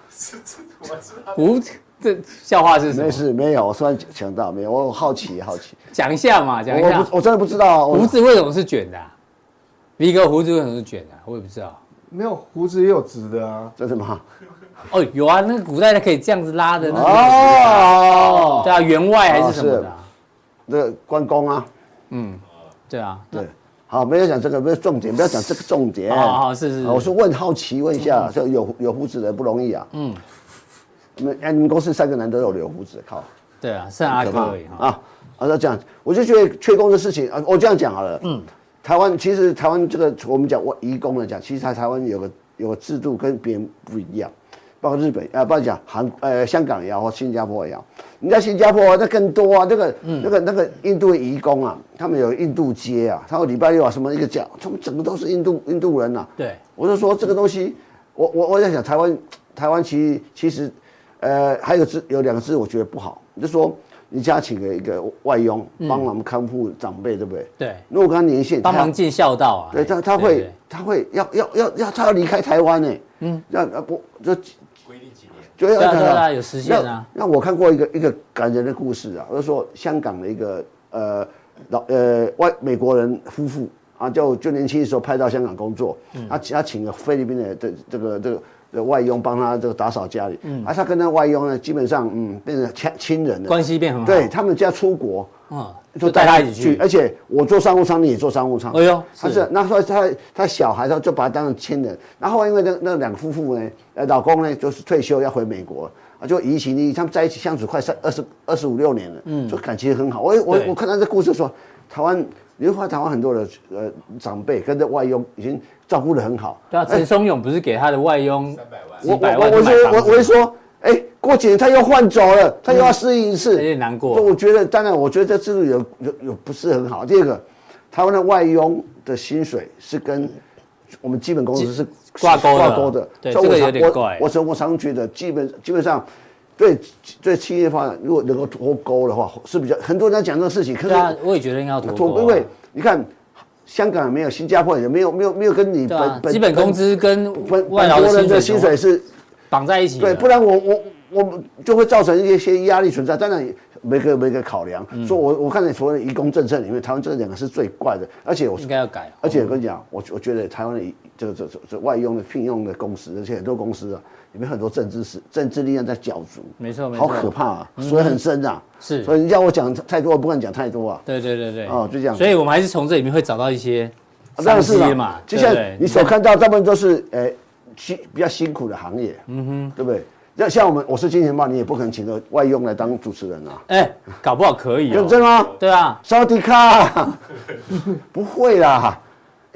胡这笑话是什么？ 没事，没有，我突然想到，没有，我好奇好奇。 讲一下嘛，讲一下。 我我真的不知道胡子为什么是卷的。V 哥胡子为什么是卷的？我也不知道。 没有胡子也有直的啊， 真的吗？ 哦，有啊，那个古代的可以这样子拉的那个。哦，对啊，员外还是什么的。 那个关公啊。 嗯，对啊， 对。好，没有讲这个，没有重点，不要讲这个重点。 好好是是。 我是问好奇，问一下，就有有胡子的不容易啊。嗯。你们哎，你们公司三个男都有留胡子，靠。 对啊，剩阿哥而已啊。啊，那这样，我就觉得缺工的事情啊，我这样讲好了。嗯。台湾其实台湾这个我们讲我移工来讲，其实台台湾有个有个制度跟别人不一样，包括日本啊，不要讲韩呃香港也好，或新加坡也好。你在新加坡那更多啊，那个、嗯、那个那个印度的移工啊，他们有印度街啊，他们礼拜六啊什么一个讲，他们整个都是印度印度人呐、啊。 对， 我就说这个东西，我我我在想台湾台湾其实其实，呃，还有字有两个字我觉得不好，就说你家请了一个外佣帮忙看护长辈，对不对？ 对。 如果跟他年限帮忙尽孝道啊。 对他他会他会要要要要他要离开台湾呢，嗯，要要不就。 对啊对啊，有实现啊。 那我看过一个一个感人的故事啊，就是说香港的一个呃老呃外美国人夫妇啊，就就年轻的时候派到香港工作，他他请了菲律宾的这这个这个外佣帮他这个打扫家里，嗯，啊他跟那外佣呢基本上嗯变成亲亲人了， 关系变很好。 对他们家出国， 嗯，就带他一起去， 而且我做商务舱，你也做商务舱。 哎呦， 他是那时候他他小孩他就把他当成亲人，然后因为那那两夫妇呢，呃老公呢就是退休要回美国啊，就移情移，他们在一起相处快三二十二十五六年了，嗯，就感情很好。我我我看到这故事说，台湾你会发现台湾很多的呃长辈跟着外佣已经照顾得很好。 对啊，陈松勇不是给他的外佣几百万？我我我我我会说。哎，过几年他又换走了，他又要适应一次， 有点难过。 我觉得，当然，我觉得这制度有有有不是很好。第二个，台湾的外佣的薪水是跟我们基本工资是挂钩挂钩的， 对，这个有点怪。 我我我常觉得，基本基本上，对对企业发展，如果能够脱钩的话，是比较很多人在讲这个事情。可是我也觉得应该要脱钩， 因为你看。香港也没有，新加坡也没有，没有没有跟你本本基本工资跟外劳的薪水是绑在一起。 对，不然我我我们就会造成一些压力存在。当然每个每个考量，嗯、所以我我看你所谓的移工政策里面，台湾这两个是最怪的，而且我应该要改。 而且我跟你讲，我我觉得台湾的这个这这这外佣的聘用的公司，而且很多公司啊，里面很多政治是政治力量在角逐， 没错没错， 好可怕啊，水很深啊。 是， 所以你叫我讲太多，我不敢讲太多啊。 对对对对， 哦，就这样。 所以我们还是从这里面会找到一些。 当然是嘛，就像你所看到，大部分都是呃辛比较辛苦的行业，嗯哼，对不对？像像我们，我是金钱豹，你也不可能请个外佣来当主持人啊。 哎，搞不好可以哦。 真的吗？ 对啊， 沙迪卡，不会啦，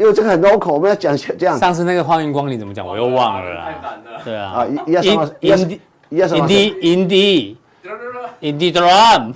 因为这个很 local， 我们要讲这样。 上次那个欢迎光临怎么讲，我又忘了啦。太难了。对啊。 啊，一二三四，一二三四，一二三四。 Indy Indy Drum。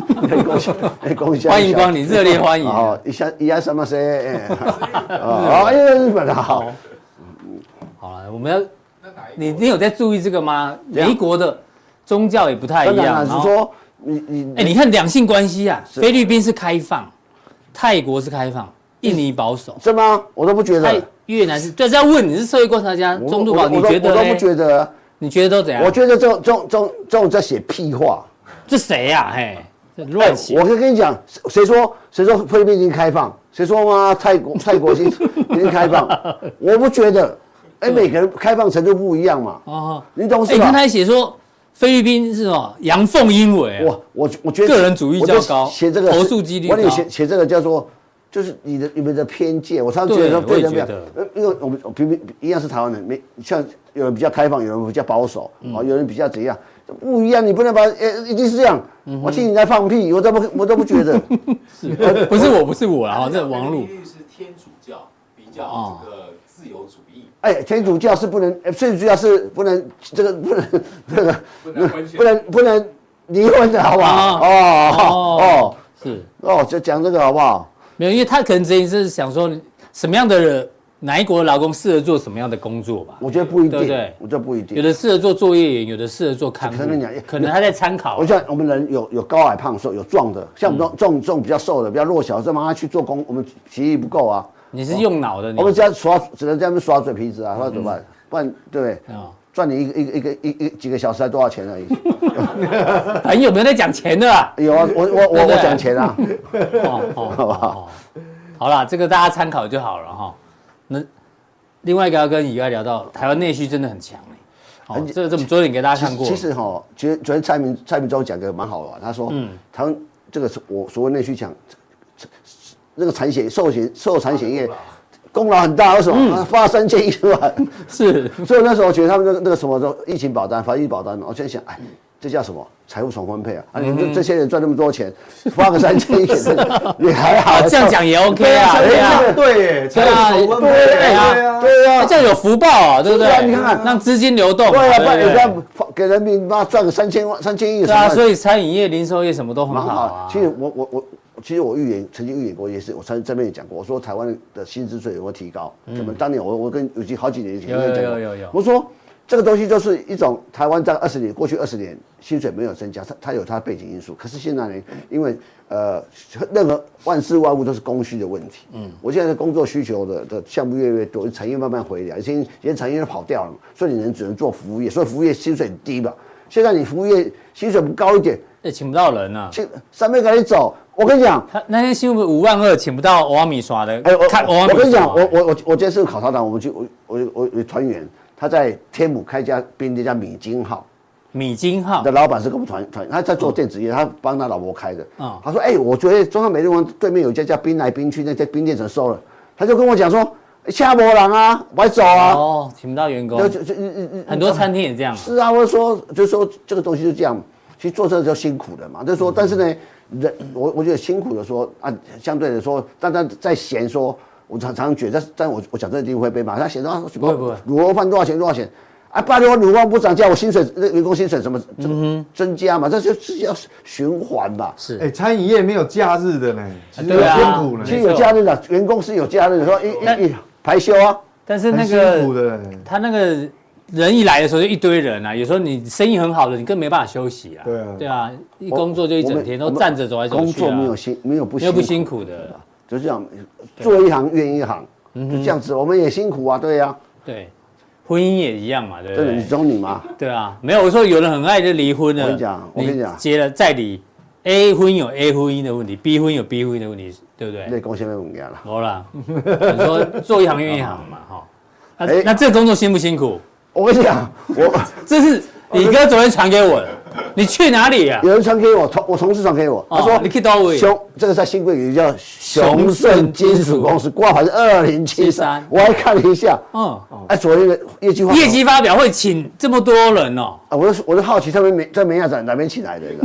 欢迎光临，热烈欢迎。 哦，一下一二三四，哦，因为日本的好。 好了，我们要，你你有在注意这个吗？美国的宗教也不太一样。 是说你你哎，你看两性关系啊，菲律宾是开放，泰国是开放，印尼保守。 是吗？我都不觉得。 越南是，对，在问你是社会观察家，中度宝，你觉得？ 我都不觉得。 你觉得都怎样？ 我觉得这种这种这种这种在写屁话。 这谁呀？嘿。乱写！ 我可以跟你讲，谁说谁说菲律宾已经开放？谁说吗？泰国泰国已经已经开放？我不觉得。哎，每个人开放程度不一样嘛。哦，你懂是吧？ 哎，刚才写说菲律宾是什么阳奉阴违？ 我我我觉得个人主义较高， 写这个投诉几率高。 我写写这个叫做就是你的你们的偏见。我常常觉得说对人不一样，因为我们平平一样是台湾人，没像有人比较开放，有人比较保守，啊，有人比较怎样。不一样，你不能把呃，一定是这样。嗯、我听你在放屁，我都不，我都不觉得。 是，不是我，不是我啊，这网络。 是天主教比较这个自由主义。 哎，天主教是不能，天主教是不能这个不能这个不能不能离婚的好不好？哦哦， 是哦，就讲这个好不好？ 没有，因为他可能之前是想说什么样的人。哪一国的劳工适合做什么样的工作吧？ 我觉得不一定， 对不对？ 我觉得不一定。 有的适合做作业员，有的适合做看护。可能他在参考。 我想我们人有有高矮胖瘦，有壮的，像我们这种这种比较瘦的、比较弱小，这帮他去做工，我们体力不够啊。 你是用脑的， 我们只要刷，只能在那边刷嘴皮子啊，那怎么办？不然对不对？赚你一个一个一个一一几个小时才多少钱而已？ 朋友没有在讲钱的啊？ 有啊，我我我我讲钱啊。 哦哦，好不好？好啦，这个大家参考就好了哈。那另外一个要跟以外聊到，台湾内需真的很强哎、欸，哦，这个这么昨天给大家看过。 其实哈、喔，其实昨天蔡明蔡明忠讲的蛮好玩，他说，嗯，台湾这个我所谓内需强，那个产险寿险寿产险业功劳很大，为什么？嗯、发三千亿出来， 是， 所以那时候我觉得他们那个那个什么疫情保单、防疫保单，我就想，哎。这叫什么？财务重分配啊！啊，你这这些人赚那么多钱，发个三千亿也还好。 这样讲也 OK 啊， 对呀，对耶，财务重分配， 对呀，对呀， 这样有福报啊，对不对？ 你看看， 让资金流动。 对啊，不然人家给人民妈赚个三千万、三千亿。 对啊，所以餐饮业、零售业什么都很好啊。 其实我我我，其实我预言曾经预言过一件事，我曾这边也讲过，我说台湾的薪资税有没有提高？怎么？当年我我跟已经好几年前有有有有有， 我说。这个东西就是一种台湾在二十年过去二十年薪水没有增加，它它有它的背景因素。可是现在呢，因为呃任何万事万物都是供需的问题。嗯，我现在的工作需求的的项目越来越多，产业慢慢回来，以前以前产业都跑掉了，所以你人只能做服务业，所以服务业薪水很低嘛。现在你服务业薪水不高一点， 也请不到人啊， 请三倍赶紧走。我跟你讲， 他那天新闻五万二请不到欧阿米刷的， 哎，我看我跟你讲，我我我我今天是考察党，我们去我我我我团员。他在天母开一家便利店叫米金号， 米金号的老板是跟我们团团，他在做电子业，他帮他老婆开的。嗯，他说：“哎、欸，我觉得中山美丽湾对面有一家叫兵来兵去，那家冰店怎么收了？”他就跟我讲说：“下波人啊，我走啊。” 哦，请不到员工，就就很多餐厅也这样。 是啊，我就说，就说这个东西就这样，其实做这个就辛苦的嘛。就是说，但是呢，人我我觉得辛苦的说啊，相对的说，但他在嫌说。我常常觉得，但我我讲这一定会被骂。他写到不会不会， 卤肉饭多少钱多少钱啊？拜托，卤肉饭不涨价，我薪水那员工薪水怎么怎么增加嘛？这就是要循环嘛。 是， 哎，餐饮业没有假日的呢，其实对啊， 辛苦呢。 其实有假日的，员工是有假日的，说一一排休啊。 但是那个他那个人一来的时候就一堆人啊，有时候你生意很好的，你更没办法休息啊。 对啊， 对啊，一工作就一整天都站着走来走去。 工作没有辛没有不没有不辛苦的， 就这样做一行怨一行。就这样子，我们也辛苦啊，对呀、啊。 对，婚姻也一样嘛，对不对？ 对，你懂你吗？ 对啊，没有我说有人很爱就离婚了。 我跟你讲，我跟你讲， 结了再离 ，A 婚有 A 婚姻的问题 ，B 婚有 B 婚姻的问题，对不对？ 那贡献没问题了。 好啦，你说做一行怨一行嘛，哈。那那这个工作辛不辛苦？ 我跟你讲，我这是李哥昨天传给我的。你去哪里呀、啊？ 有人传给我，同我同事传给我，他说：“ 你去到位。” 雄，这个在新贵有一个叫雄盛金属公司，挂牌是二零七三，我还看了一下，嗯，哎，昨天的业绩业绩发表会请这么多人哦， 啊，我就我就好奇他们没在美亚展哪边请来的？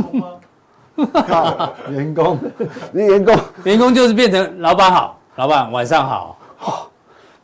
员工， 你员工， 员工就是变成老板好，老板晚上好。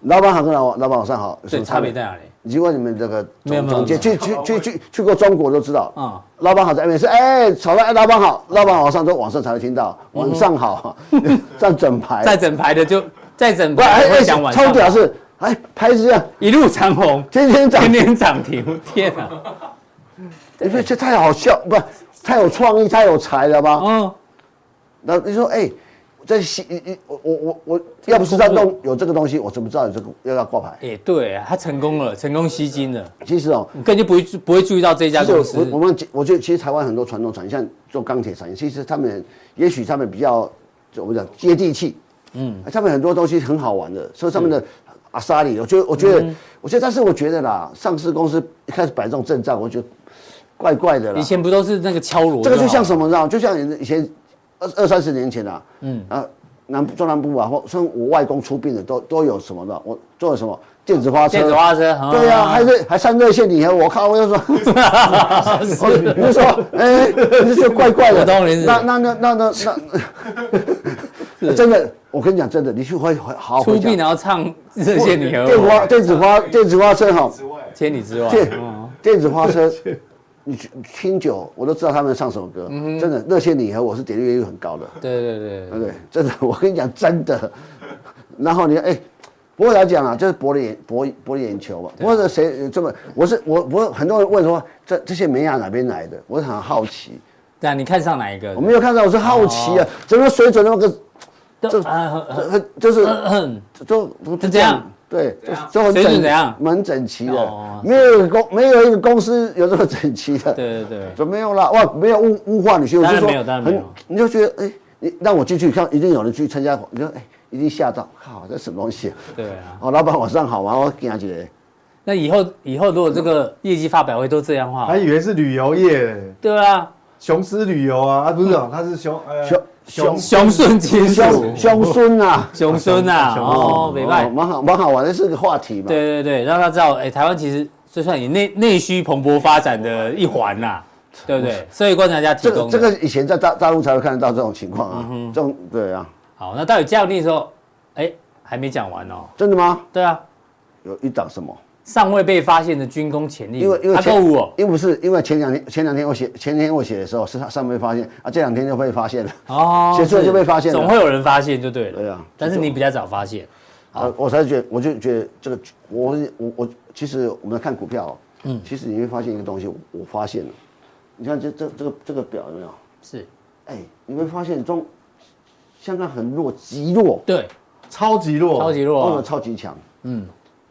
老板好跟老老板晚上好， 对，差别在哪里？ 你去问你们这个没有没有总监，去去去去去过中国都知道。 啊， 老板好在那边是哎，吵到哎，老板好，老板往上都往上才会听到，晚上好，这样整排。 再整排的就再整不排哎会讲晚上。 超屌是哎，牌子这样一路长红， 天天涨， 天天涨停，天啊！ 你说这太好笑，不太有创意，太有才了吧？ 嗯， 那你说哎。在西，我我我我要不是在弄有这个东西，我怎么知道有这个要要挂牌？ 哎，对，他成功了，成功吸金了。 其实哦， 你根本就不会不会注意到这家公司。 我我们我觉得其实台湾很多传统产业，像做钢铁产业，其实他们也许他们比较我们讲接地气，嗯，他们很多东西很好玩的，所以他们的阿萨里，我觉得我觉得我觉得，但是我觉得啦，上市公司一开始摆这种阵仗，我觉得怪怪的啦。 以前不都是那个敲锣？ 这个就像什么，知道？就像以前。二二三十年前啊，嗯啊，南中南部啊，或像我外公出殡的都都有什么的，我做了什么电子花车， 电子花车， 对呀、啊，还是还上热线礼盒，我靠，我就说，你就说，哎，你就怪怪的，那那那那那那，真的，我跟你讲，真的，你去会好好出殡然后唱热线礼盒， 电子花电子花电子花车哈， 千里之外， 电电子花车。你听久，我都知道他们唱什么歌。嗯、真的，热线礼盒我是点阅率很高的。 对对对对对，真的，我跟你讲，真的。然后你哎，不过来讲啊，就是博了眼博博眼球嘛。或者谁这么，我是我我很多人问说，这这些美亚哪边来的？我很好奇。 对啊，你看上哪一个？ 我没有看到，我是好奇啊，怎么水准那么个， 这就是都都就这样。 对，就很整， 怎样？ 蛮整齐的，没有一个公，没有一个公司有这么整齐的。 对对对， 怎么没有啦？哇，没有物物化女性，我就说， 没有，当然没有。 你就觉得，哎，你让我进去看，一定有人去参加，你就哎，一定吓到，靠，这什么东西？ 对啊。 哦，老板晚上好吗？我惊起来。 那以后以后如果这个业绩发表会都这样的话， 还以为是旅游业。 对啊， 雄狮旅游啊，啊不是哦，他是雄雄。 雄雄顺金属， 雄孙啊， 雄孙啊，哦，没办法， 蛮好蛮好玩的，是个话题嘛。 对对对，让他知道，哎，台湾其实这算你内内需蓬勃发展的一环呐，对不对？社会观察家提供的。这个这个以前在大大陆才会看得到这种情况啊，这种对啊。 好，那到底嘉永的时候，哎，还没讲完哦。 真的吗？ 对啊， 有一档什么？ 尚未被发现的军工潜力， 因为因为前哦， 因为不是因为前两天前两天我写前天我写的时候是他尚未发现啊，这两天就被发现了哦， 写出来就被发现了， 总会有人发现就对了。 对啊， 但是你比较早发现， 啊，我才觉得我就觉得这个我我我其实我们看股票，嗯，其实你会发现一个东西，我发现了，你看这这这个这个表有没有？ 是， 哎，你会发现中香港很弱，极弱， 对， 超级弱， 超级弱， 哦，超级强，嗯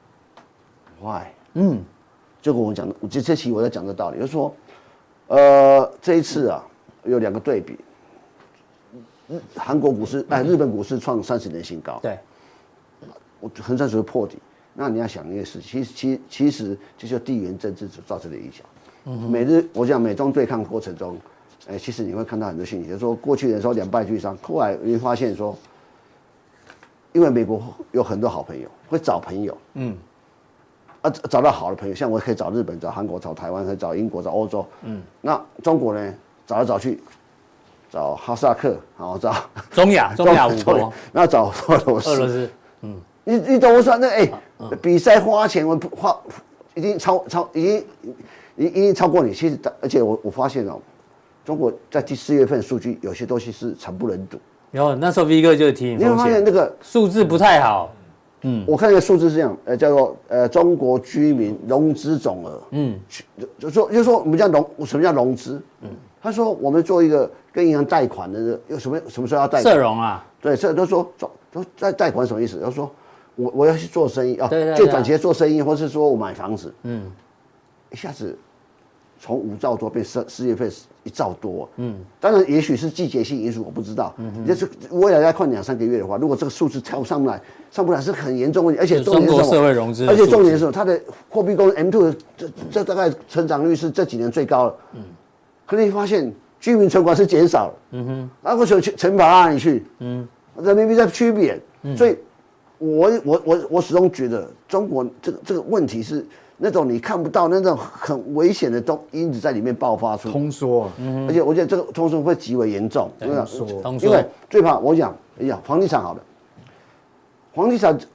，why？嗯，就跟我讲的，这这期我在讲的道理，就是说，呃，这一次啊，有两个对比，韩国股市哎，日本股市创三十年新高， 对， 我恒生指数破底，那你要想一件事，其实其其实就是地缘政治造成的影响。嗯，美日我讲美中对抗过程中，哎，其实你会看到很多讯息，就是说过去的时候两败俱伤，后来你会发现说，因为美国有很多好朋友，会找朋友，嗯。啊，找到好的朋友，像我可以找日本、找韩国、找台湾，可以找英国、找欧洲。嗯，那中国呢？找来找去，找哈萨克，然后找中亚、中亚五国， 那找俄罗斯。 俄罗斯，嗯， 你你懂我说那哎，比赛花钱我花已经超超已经已已经超过你。其实而且我我发现哦，中国在第四月份数据有些东西是惨不忍睹。 有那时候 V 哥就提醒， 你会发现那个数字不太好。嗯， 我看那个数字是这样，呃，叫做呃中国居民融资总额，嗯，就说就说我们叫融，什么叫融资？嗯，他说我们做一个跟银行贷款的，有什么什么时候要贷款？ 社融啊， 对，社都说都贷贷款什么意思？他说我我要去做生意啊，借短期做生意，或是说我买房子，嗯，一下子从五兆多变四四月份一兆多，嗯，当然也许是季节性因素，我不知道，嗯，就是未来再看两三个月的话，如果这个数字跳上来，上不来是很严重问题，而且重点是什么？ 中国社会融资， 而且重点是什么？它的货币供应 M 二 这这大概成长率是这几年最高的，嗯，可你发现居民存款是减少了，嗯哼，那个钱钱跑到哪里去？嗯，人民币在趋贬，嗯，所以我我我我始终觉得中国这个这个问题是。那种你看不到那种很危险的东因子在里面爆发出， 通缩， 嗯，而且我觉得这个通缩会极为严重， 通缩， 因为最怕我讲，哎呀，房地产好了，房地产我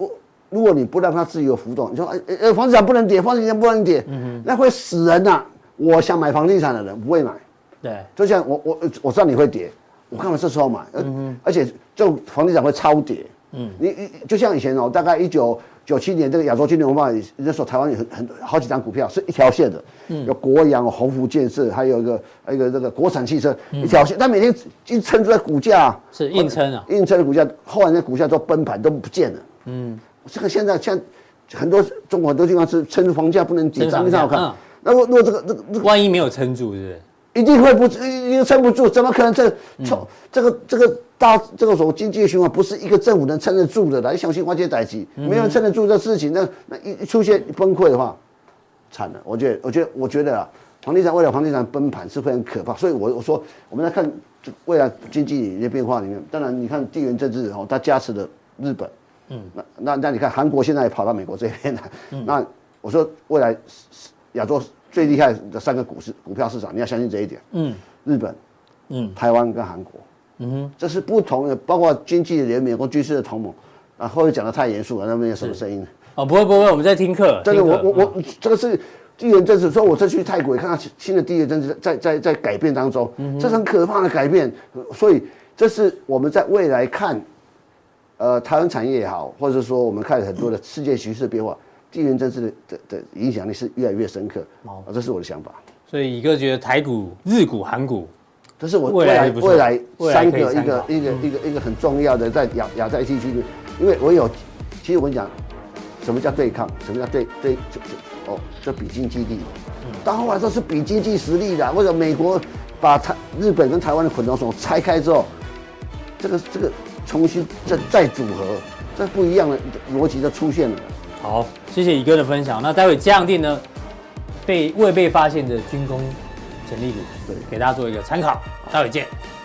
如果你不让它自由浮动，你说哎哎，房地产不能跌，房地产不能跌，嗯、那会死人呐、啊。我想买房地产的人不会买， 对， 就像我我我知道你会跌，我干嘛这时候买？嗯、而且这种房地产会超跌。嗯，你你就像以前哦，大概一九九七年这个亚洲金融风暴，那时候台湾有很很好几张股票是一条线的，嗯，有国阳、鸿福建设，还有一个还有一个这个国产汽车、嗯、一条线，但每天一撑出来股价、啊、 是硬撑啊， 硬撑的股价，后来那股价都崩盘都不见了。嗯，这个现在像很多中国很多地方是撑住房价不能跌，长得好看。嗯、那如果这个这个这个万一没有撑住，是不是？ 一定会不一定撑不住，怎么可能这从、嗯、这个这个大这个所谓经济循环不是一个政府能撑得住的啦？你相信关键代志，没有人撑得住这事情，那那一出现崩溃的话，惨了。我觉得，我觉得，我觉得啊，房地产未来房地产崩盘是非常可怕。所以我我说我们在看未来经济的变化里面，当然你看地缘政治哦，它加持了日本，嗯，那那那你看韩国现在也跑到美国这边来，嗯、那我说未来亚洲最厉害的三个股市股票市场，你要相信这一点。嗯，日本，嗯，台湾跟韩国，嗯哼，这是不同的，包括经济联盟跟军事的同盟。啊，会不会讲得太严肃了？那边有什么声音呢？ 哦，不会不会，我们在听课。 真的，我我我，这个是地缘政治。所以我这去泰国也看到新的地缘政治在在在改变当中，嗯、这是很可怕的改变。所以这是我们在未来看，呃，台湾产业也好，或者说我们看很多的世界局势的变化。地缘政治的 的, 的影响力是越来越深刻，哦，这是我的想法。 所以乙哥觉得台股、日股、韩股， 这是我未来未来三个一个一个一个一个一个很重要的在亚亚太地区，因为我有，其实我跟你讲，什么叫对抗，什么叫对对就就哦，这比经济力，到后来都是比经济实力的。或者美国把台日本跟台湾的捆绑手拆开之后，这个这个重新再再组合，这不一样的逻辑就出现了。 好，谢谢乙哥的分享。那待会嘉阳电呢，被未被发现的军工潜力股，对，给大家做一个参考。待会见。